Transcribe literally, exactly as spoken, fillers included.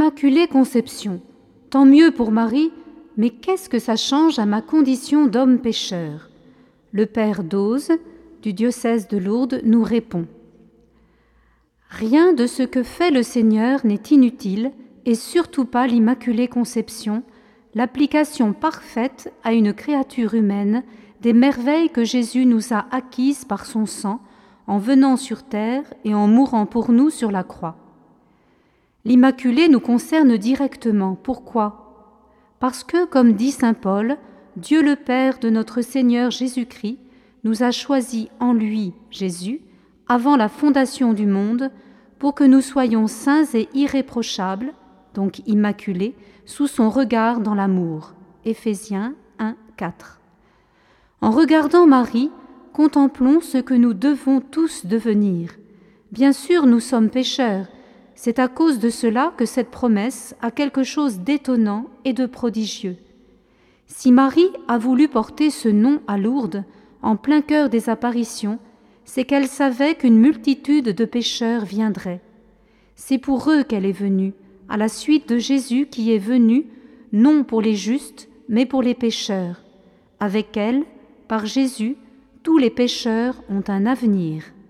Immaculée Conception, tant mieux pour Marie, mais qu'est-ce que ça change à ma condition d'homme pécheur? Le père Dose, du diocèse de Lourdes, nous répond. Rien de ce que fait le Seigneur n'est inutile, et surtout pas l'Immaculée Conception, l'application parfaite à une créature humaine des merveilles que Jésus nous a acquises par son sang, en venant sur terre et en mourant pour nous sur la croix. L'Immaculée nous concerne directement. Pourquoi? Parce que, comme dit saint Paul, Dieu le Père de notre Seigneur Jésus-Christ nous a choisis en lui, Jésus, avant la fondation du monde, pour que nous soyons saints et irréprochables, donc immaculés, sous son regard dans l'amour. Éphésiens un, quatre. En regardant Marie, contemplons ce que nous devons tous devenir. Bien sûr, nous sommes pécheurs. C'est à cause de cela que cette promesse a quelque chose d'étonnant et de prodigieux. Si Marie a voulu porter ce nom à Lourdes, en plein cœur des apparitions, c'est qu'elle savait qu'une multitude de pécheurs viendraient. C'est pour eux qu'elle est venue, à la suite de Jésus qui est venu, non pour les justes, mais pour les pécheurs. Avec elle, par Jésus, tous les pécheurs ont un avenir.